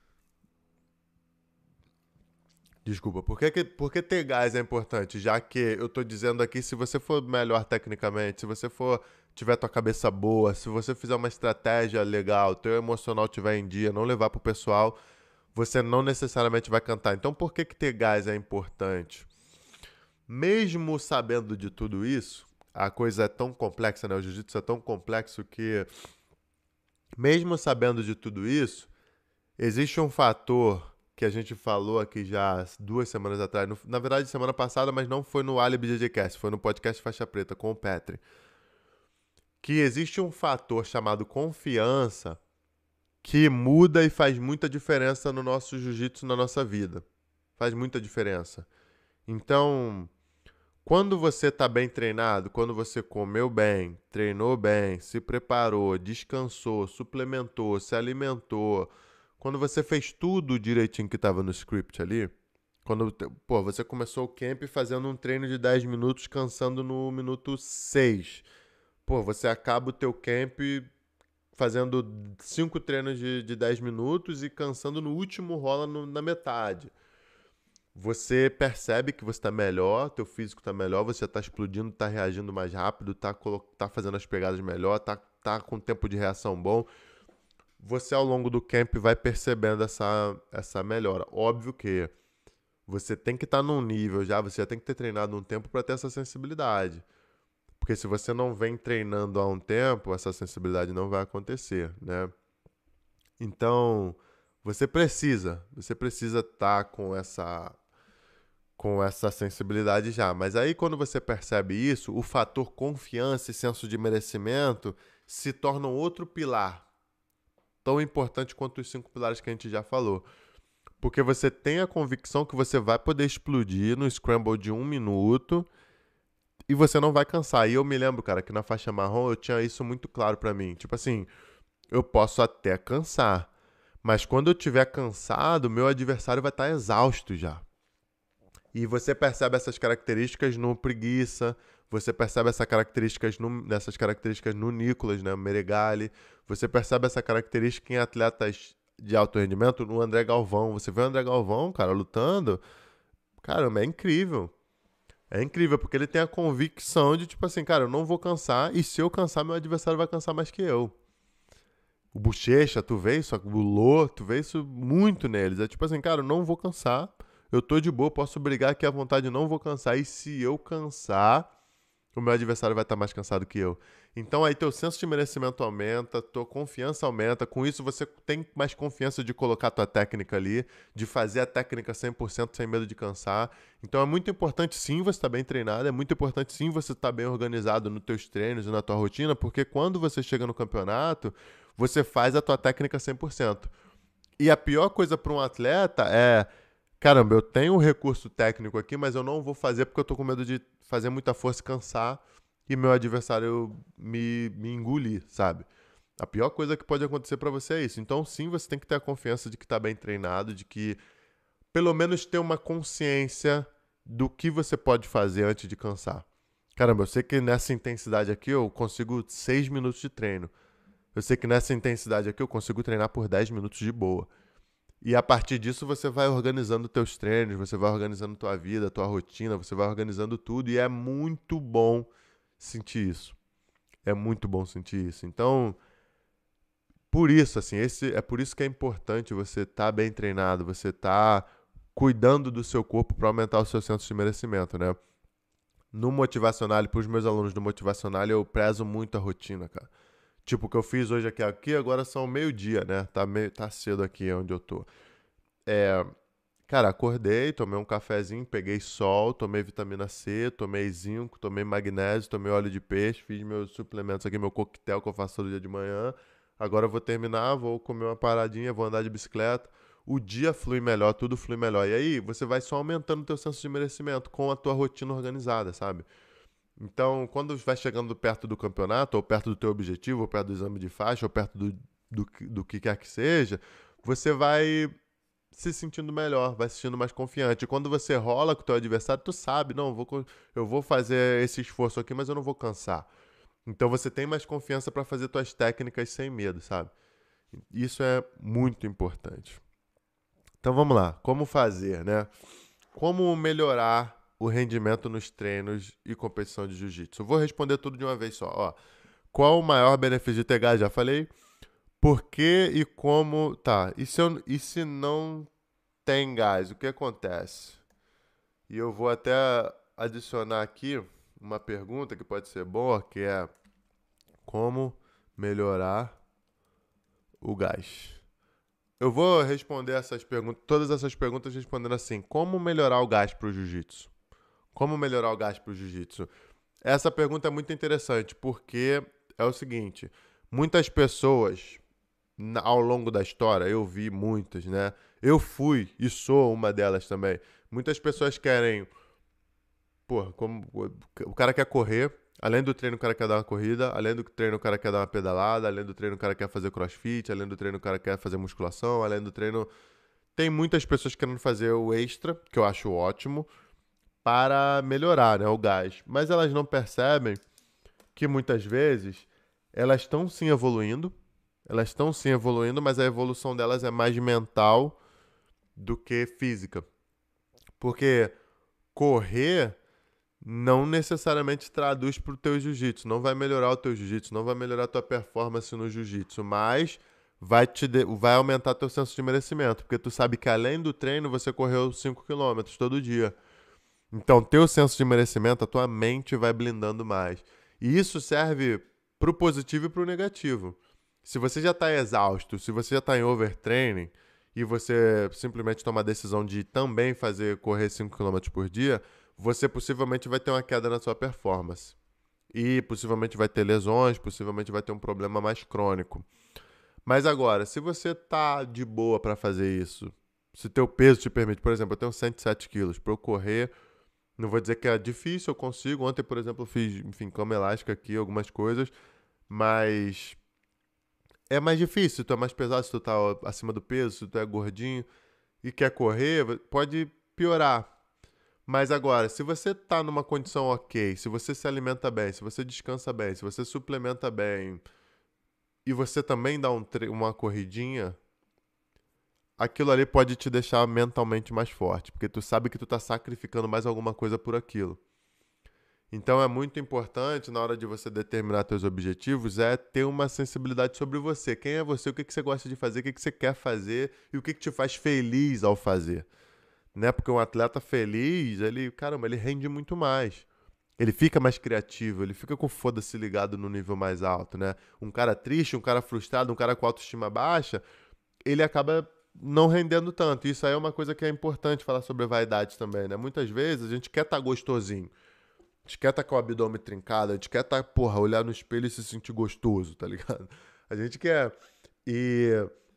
Desculpa, por que, que, por que ter gás é importante? Já que eu tô dizendo aqui, se você for melhor tecnicamente, se você for tiver tua cabeça boa, se você fizer uma estratégia legal, teu emocional tiver em dia, não levar pro pessoal, você não necessariamente vai cantar. Então, por que, que ter gás é importante? Mesmo sabendo de tudo isso, a coisa é tão complexa, né? O jiu-jitsu é tão complexo que, mesmo sabendo de tudo isso, existe um fator que a gente falou aqui já duas semanas atrás, no, na verdade semana passada, mas não foi no Alibi G G Cast, foi no podcast Faixa Preta com o Petri, que existe um fator chamado confiança que muda e faz muita diferença no nosso jiu-jitsu, na nossa vida. Faz muita diferença. Então, quando você está bem treinado, quando você comeu bem, treinou bem, se preparou, descansou, suplementou, se alimentou, quando você fez tudo direitinho que estava no script ali, quando, pô, você começou o camp fazendo um treino de dez minutos, cansando no minuto seis. Pô, você acaba o teu camp fazendo cinco treinos de, de dez minutos e cansando no último rola no, na metade. você percebe que você está melhor, teu físico está melhor, você está explodindo, está reagindo mais rápido, está tá fazendo as pegadas melhor, está tá com tempo de reação bom. Você, ao longo do camp, vai percebendo essa, essa melhora. Óbvio que você tem que estar tá num nível já, você já tem que ter treinado um tempo para ter essa sensibilidade. Porque se você não vem treinando há um tempo, essa sensibilidade não vai acontecer, né? Então, você precisa, você precisa estar tá com essa com essa sensibilidade já. Mas aí, quando você percebe isso, o fator confiança e senso de merecimento se tornam outro pilar, tão importante quanto os cinco pilares que a gente já falou. Porque você tem a convicção que você vai poder explodir no scramble de um minuto e você não vai cansar. E eu me lembro, cara, que na faixa marrom eu tinha isso muito claro pra mim. Tipo assim, eu posso até cansar, mas quando eu estiver cansado, meu adversário vai estar exausto já. E você percebe essas características no Preguiça, você percebe essas características no, nessas características no Nicolas, né, Meregali, você percebe essa característica em atletas de alto rendimento no André Galvão. Você vê o André Galvão, cara, lutando, caramba, é incrível. É incrível, porque ele tem a convicção de, tipo assim, cara, eu não vou cansar, e se eu cansar, meu adversário vai cansar mais que eu. O Bochecha, tu vê isso, o Lô, tu vê isso muito neles. É tipo assim, cara, eu não vou cansar, eu tô de boa, posso brigar aqui à vontade, não vou cansar. E se eu cansar, o meu adversário vai estar mais cansado que eu. Então aí teu senso de merecimento aumenta, tua confiança aumenta. Com isso você tem mais confiança de colocar tua técnica ali, de fazer a técnica cem por cento sem medo de cansar. Então é muito importante sim você estar bem treinado, é muito importante sim você estar bem organizado nos teus treinos e na tua rotina, porque quando você chega no campeonato, você faz a tua técnica cem por cento. E a pior coisa para um atleta é, caramba, eu tenho um recurso técnico aqui, mas eu não vou fazer porque eu tô com medo de fazer muita força e cansar e meu adversário me, me engolir, sabe? A pior coisa que pode acontecer para você é isso. Então, sim, você tem que ter a confiança de que tá bem treinado, de que pelo menos ter uma consciência do que você pode fazer antes de cansar. Caramba, eu sei que nessa intensidade aqui eu consigo seis minutos de treino. Eu sei que nessa intensidade aqui eu consigo treinar por dez minutos de boa. E a partir disso você vai organizando teus treinos, você vai organizando tua vida, tua rotina, você vai organizando tudo e é muito bom sentir isso. É muito bom sentir isso. Então, por isso, assim, esse, é por isso que é importante você estar tá bem treinado, você estar tá cuidando do seu corpo para aumentar o seu senso de merecimento, né? No motivacional, para os meus alunos do motivacional, eu prezo muito a rotina, cara. Tipo, o que eu fiz hoje aqui, aqui agora são meio-dia, né? Tá, meio, tá cedo aqui onde eu tô. É, cara, acordei, tomei um cafezinho, peguei sol, tomei vitamina C, tomei zinco, tomei magnésio, tomei óleo de peixe, fiz meus suplementos aqui, meu coquetel que eu faço todo dia de manhã. Agora eu vou terminar, vou comer uma paradinha, vou andar de bicicleta. O dia flui melhor, tudo flui melhor. E aí você vai só aumentando o teu senso de merecimento com a tua rotina organizada, sabe? Então, quando vai chegando perto do campeonato, ou perto do teu objetivo, ou perto do exame de faixa, ou perto do, do, do que quer que seja, você vai se sentindo melhor, vai se sentindo mais confiante. E quando você rola com o teu adversário, tu sabe, não, eu vou, eu vou fazer esse esforço aqui, mas eu não vou cansar. Então você tem mais confiança para fazer tuas técnicas sem medo, sabe? Isso é muito importante. Então vamos lá, como fazer, né? Como melhorar o rendimento nos treinos e competição de jiu-jitsu? Eu vou responder tudo de uma vez só. Ó, qual o maior benefício de ter gás? Já falei. Por que e como... Tá, e se, eu, e se não tem gás, o que acontece? E eu vou até adicionar aqui uma pergunta que pode ser boa, que é como melhorar o gás? Eu vou responder essas perguntas, todas essas perguntas respondendo assim: como melhorar o gás para o jiu-jitsu? Como melhorar o gás para o jiu-jitsu? Essa pergunta é muito interessante, porque é o seguinte: muitas pessoas, ao longo da história, eu vi muitas, né? Eu fui e sou uma delas também. Muitas pessoas querem... Pô, como, o cara quer correr, além do treino o cara quer dar uma corrida, além do treino o cara quer dar uma pedalada, além do treino o cara quer fazer crossfit, além do treino o cara quer fazer musculação, além do treino... Tem muitas pessoas querendo fazer o extra, que eu acho ótimo, para melhorar, né, o gás. Mas elas não percebem que muitas vezes elas estão sim evoluindo, elas estão sim evoluindo, mas a evolução delas é mais mental do que física. Porque correr não necessariamente traduz pro teu jiu-jitsu, não vai melhorar o teu jiu-jitsu, não vai melhorar a tua performance no jiu-jitsu, mas vai, te de- vai aumentar teu senso de merecimento, porque tu sabe que além do treino você correu cinco quilômetros todo dia. Então, teu senso de merecimento, a tua mente vai blindando mais. E isso serve pro positivo e pro negativo. Se você já está exausto, se você já está em overtraining e você simplesmente toma a decisão de também fazer correr cinco quilômetros por dia, você possivelmente vai ter uma queda na sua performance. E possivelmente vai ter lesões, possivelmente vai ter um problema mais crônico. Mas agora, se você tá de boa para fazer isso, se teu peso te permite, por exemplo, eu tenho cento e sete quilos, para eu correr, não vou dizer que é difícil, eu consigo. Ontem, por exemplo, eu fiz, enfim, cama elástica aqui, algumas coisas, mas é mais difícil. Se tu é mais pesado, se tu tá acima do peso, se tu é gordinho e quer correr, pode piorar. Mas agora, se você tá numa condição ok, se você se alimenta bem, se você descansa bem, se você suplementa bem e você também dá um tre- uma corridinha, aquilo ali pode te deixar mentalmente mais forte, porque tu sabe que tu tá sacrificando mais alguma coisa por aquilo. Então é muito importante na hora de você determinar seus objetivos é ter uma sensibilidade sobre você. Quem é você, o que, que você gosta de fazer, o que, que você quer fazer e o que, que te faz feliz ao fazer. Né? Porque um atleta feliz, ele, caramba, ele rende muito mais. Ele fica mais criativo, ele fica com o foda-se ligado no nível mais alto, né? Um cara triste, um cara frustrado, um cara com autoestima baixa, ele acaba não rendendo tanto. Isso aí é uma coisa que é importante falar sobre vaidade também, né? Muitas vezes a gente quer estar gostosinho. A gente quer estar com o abdômen trincado, a gente quer estar, porra, olhar no espelho e se sentir gostoso, tá ligado? A gente quer. E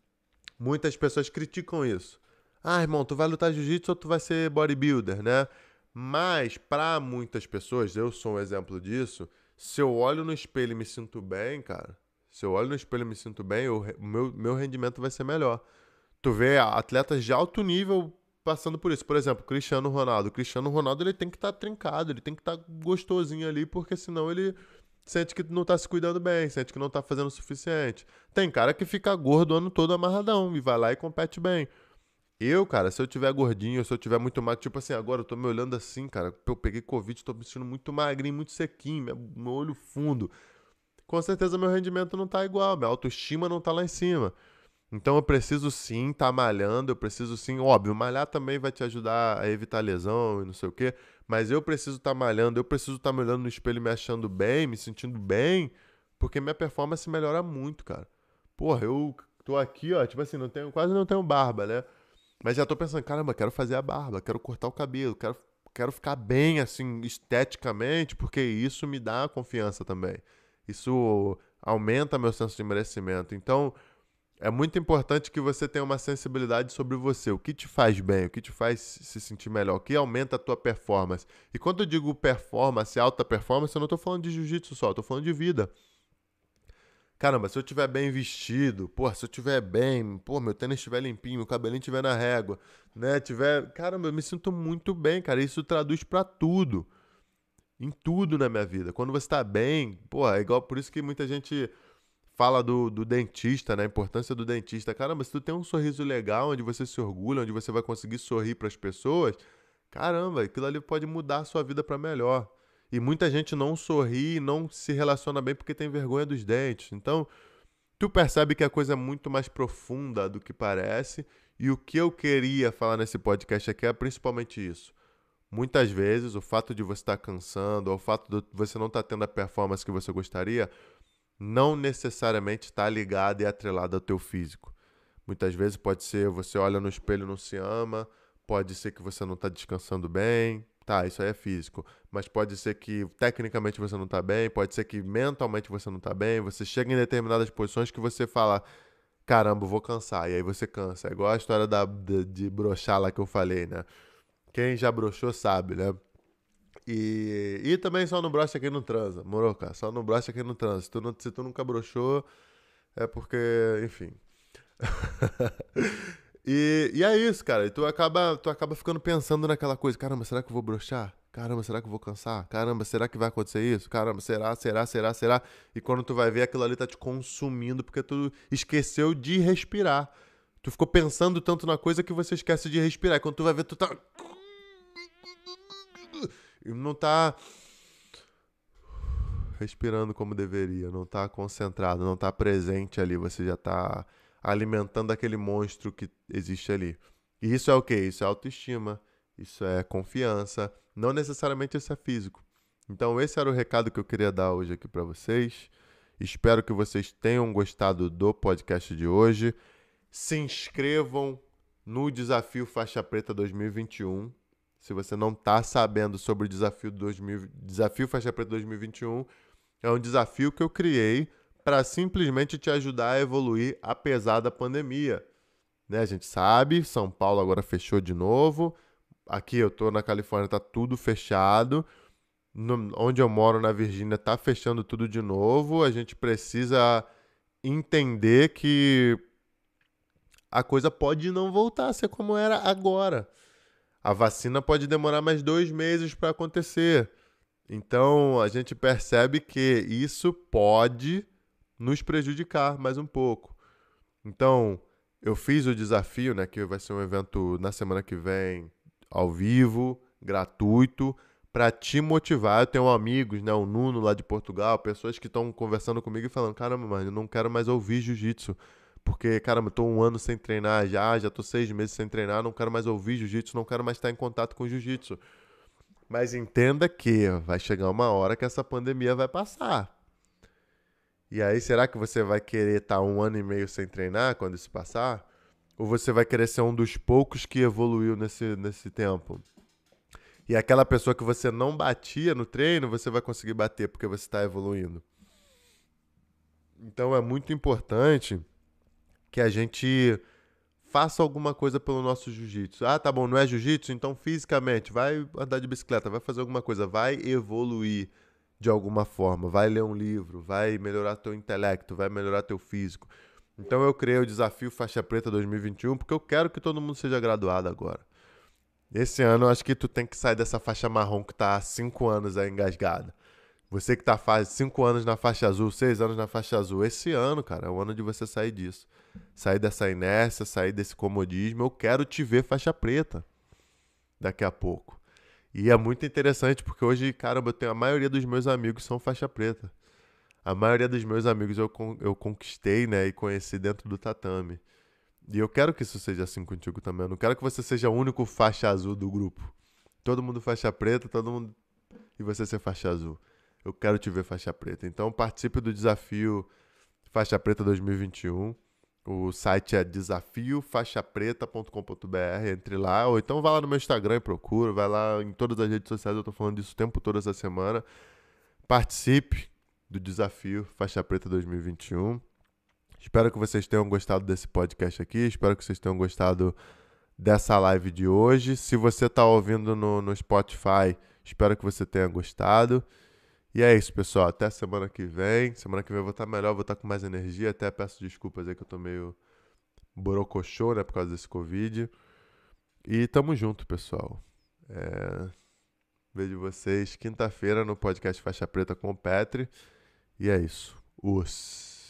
muitas pessoas criticam isso. Ah, irmão, tu vai lutar jiu-jitsu ou tu vai ser bodybuilder, né? Mas, pra muitas pessoas, eu sou um exemplo disso, se eu olho no espelho e me sinto bem, cara, se eu olho no espelho e me sinto bem, o meu, meu rendimento vai ser melhor. Tu vê atletas de alto nível passando por isso. Por exemplo, Cristiano Ronaldo. O Cristiano Ronaldo ele tem que estar tá trincado, ele tem que estar tá gostosinho ali, porque senão ele sente que não tá se cuidando bem, sente que não tá fazendo o suficiente. Tem cara que fica gordo o ano todo amarradão e vai lá e compete bem. Eu, cara, se eu tiver gordinho, se eu tiver muito magro, tipo assim, agora eu tô me olhando assim, cara, eu peguei Covid, tô me sentindo muito magrinho, muito sequinho, meu, meu olho fundo. Com certeza meu rendimento não tá igual, minha autoestima não tá lá em cima. Então eu preciso sim estar tá malhando, eu preciso sim, óbvio, malhar também vai te ajudar a evitar lesão e não sei o quê, mas eu preciso estar tá malhando, eu preciso estar tá me olhando no espelho e me achando bem, me sentindo bem, porque minha performance melhora muito, cara. Porra, eu tô aqui, ó, tipo assim, não tenho, quase não tenho barba, né? Mas já tô pensando, caramba, quero fazer a barba, quero cortar o cabelo, quero, quero ficar bem, assim, esteticamente, porque isso me dá confiança também. Isso aumenta meu senso de merecimento. Então, é muito importante que você tenha uma sensibilidade sobre você, o que te faz bem, o que te faz se sentir melhor, o que aumenta a tua performance. E quando eu digo performance, alta performance, eu não estou falando de jiu-jitsu só, eu tô falando de vida. Caramba, se eu estiver bem vestido, pô, se eu estiver bem, pô, meu tênis estiver limpinho, meu cabelinho estiver na régua, né, tiver... Caramba, eu me sinto muito bem, cara, isso traduz pra tudo, em tudo na minha vida. Quando você tá bem, pô, é igual, por isso que muita gente fala do, do dentista, né? A importância do dentista. Caramba, se tu tem um sorriso legal, onde você se orgulha, onde você vai conseguir sorrir para as pessoas, caramba, aquilo ali pode mudar a sua vida para melhor. E muita gente não sorri, não se relaciona bem porque tem vergonha dos dentes. Então, tu percebe que a coisa é muito mais profunda do que parece. E o que eu queria falar nesse podcast aqui é principalmente isso. Muitas vezes, o fato de você estar cansando, ou o fato de você não estar tendo a performance que você gostaria, não necessariamente está ligado e atrelado ao teu físico. Muitas vezes pode ser você olha no espelho e não se ama, pode ser que você não está descansando bem, tá, isso aí é físico, mas pode ser que tecnicamente você não está bem, pode ser que mentalmente você não está bem, você chega em determinadas posições que você fala, caramba, eu vou cansar, e aí você cansa. É igual a história da, de, de broxar lá que eu falei, né? Quem já broxou sabe, né? E, e também só não brocha quem não transa, moro, cara? Só não brocha quem não transa. Se tu, não, se tu nunca broxou, é porque, enfim. e, e é isso, cara. E tu acaba, tu acaba ficando pensando naquela coisa. Caramba, será que eu vou broxar? Caramba, será que eu vou cansar? Caramba, será que vai acontecer isso? Caramba, será, será, será, será? E quando tu vai ver, aquilo ali tá te consumindo porque tu esqueceu de respirar. Tu ficou pensando tanto na coisa que você esquece de respirar. E quando tu vai ver, tu tá não tá respirando como deveria, não tá concentrado, não tá presente ali, você já tá alimentando aquele monstro que existe ali. E isso é o quê? Isso é autoestima, isso é confiança, não necessariamente isso é físico. Então esse era o recado que eu queria dar hoje aqui para vocês. Espero que vocês tenham gostado do podcast de hoje. Se inscrevam no Desafio Faixa Preta dois mil e vinte e um. Se você não está sabendo sobre o Desafio, dois mil, Desafio Faixa Preta dois mil e vinte e um, é um desafio que eu criei para simplesmente te ajudar a evoluir apesar da pandemia. Né? A gente sabe, São Paulo agora fechou de novo. Aqui eu estou na Califórnia, está tudo fechado. No, onde eu moro, na Virgínia, está fechando tudo de novo. A gente precisa entender que a coisa pode não voltar a ser como era agora. A vacina pode demorar mais dois meses para acontecer. Então, a gente percebe que isso pode nos prejudicar mais um pouco. Então, eu fiz o desafio, né, que vai ser um evento na semana que vem, ao vivo, gratuito, para te motivar. Eu tenho amigos, né, o Nuno lá de Portugal, pessoas que estão conversando comigo e falando, caramba, mano, eu não quero mais ouvir jiu-jitsu, porque, caramba, eu tô um ano sem treinar já, já tô seis meses sem treinar, não quero mais ouvir jiu-jitsu, não quero mais estar em contato com jiu-jitsu. Mas entenda que vai chegar uma hora que essa pandemia vai passar. E aí, será que você vai querer estar um ano e meio sem treinar quando isso passar? Ou você vai querer ser um dos poucos que evoluiu nesse, nesse tempo? E aquela pessoa que você não batia no treino, você vai conseguir bater porque você está evoluindo. Então é muito importante que a gente faça alguma coisa pelo nosso jiu-jitsu. Ah, tá bom, não é jiu-jitsu? Então fisicamente, vai andar de bicicleta, vai fazer alguma coisa, vai evoluir de alguma forma, vai ler um livro, vai melhorar teu intelecto, vai melhorar teu físico. Então eu criei o Desafio Faixa Preta dois mil e vinte e um porque eu quero que todo mundo seja graduado agora. Esse ano eu acho que tu tem que sair dessa faixa marrom que tá há cinco anos aí engasgada. Você que tá faz cinco anos na faixa azul, seis anos na faixa azul, esse ano, cara, é o ano de você sair disso. Sair dessa inércia, sair desse comodismo. Eu quero te ver faixa preta daqui a pouco. E é muito interessante porque hoje, caramba, eu tenho, a maioria dos meus amigos são faixa preta. A maioria dos meus amigos eu, eu conquistei, né, e conheci dentro do tatame. E eu quero que isso seja assim contigo também. Eu não quero que você seja o único faixa azul do grupo. Todo mundo faixa preta, todo mundo... E você ser faixa azul. Eu quero te ver faixa preta. Então participe do desafio Faixa Preta dois mil e vinte e um. O site é desafio faixa preta ponto com ponto b r. Entre lá. Ou então vá lá no meu Instagram e procura. Vai lá em todas as redes sociais. Eu tô falando disso o tempo todo essa semana. Participe do desafio Faixa Preta dois mil e vinte e um. Espero que vocês tenham gostado desse podcast aqui. Espero que vocês tenham gostado dessa live de hoje. Se você está ouvindo no, no Spotify, espero que você tenha gostado. E é isso, pessoal. Até semana que vem. Semana que vem eu vou estar melhor, vou estar com mais energia. Até peço desculpas aí que eu tô meio borocochô, né, por causa desse Covid. E tamo junto, pessoal. É... Vejo vocês quinta-feira no podcast Faixa Preta com o Petri. E é isso. Os...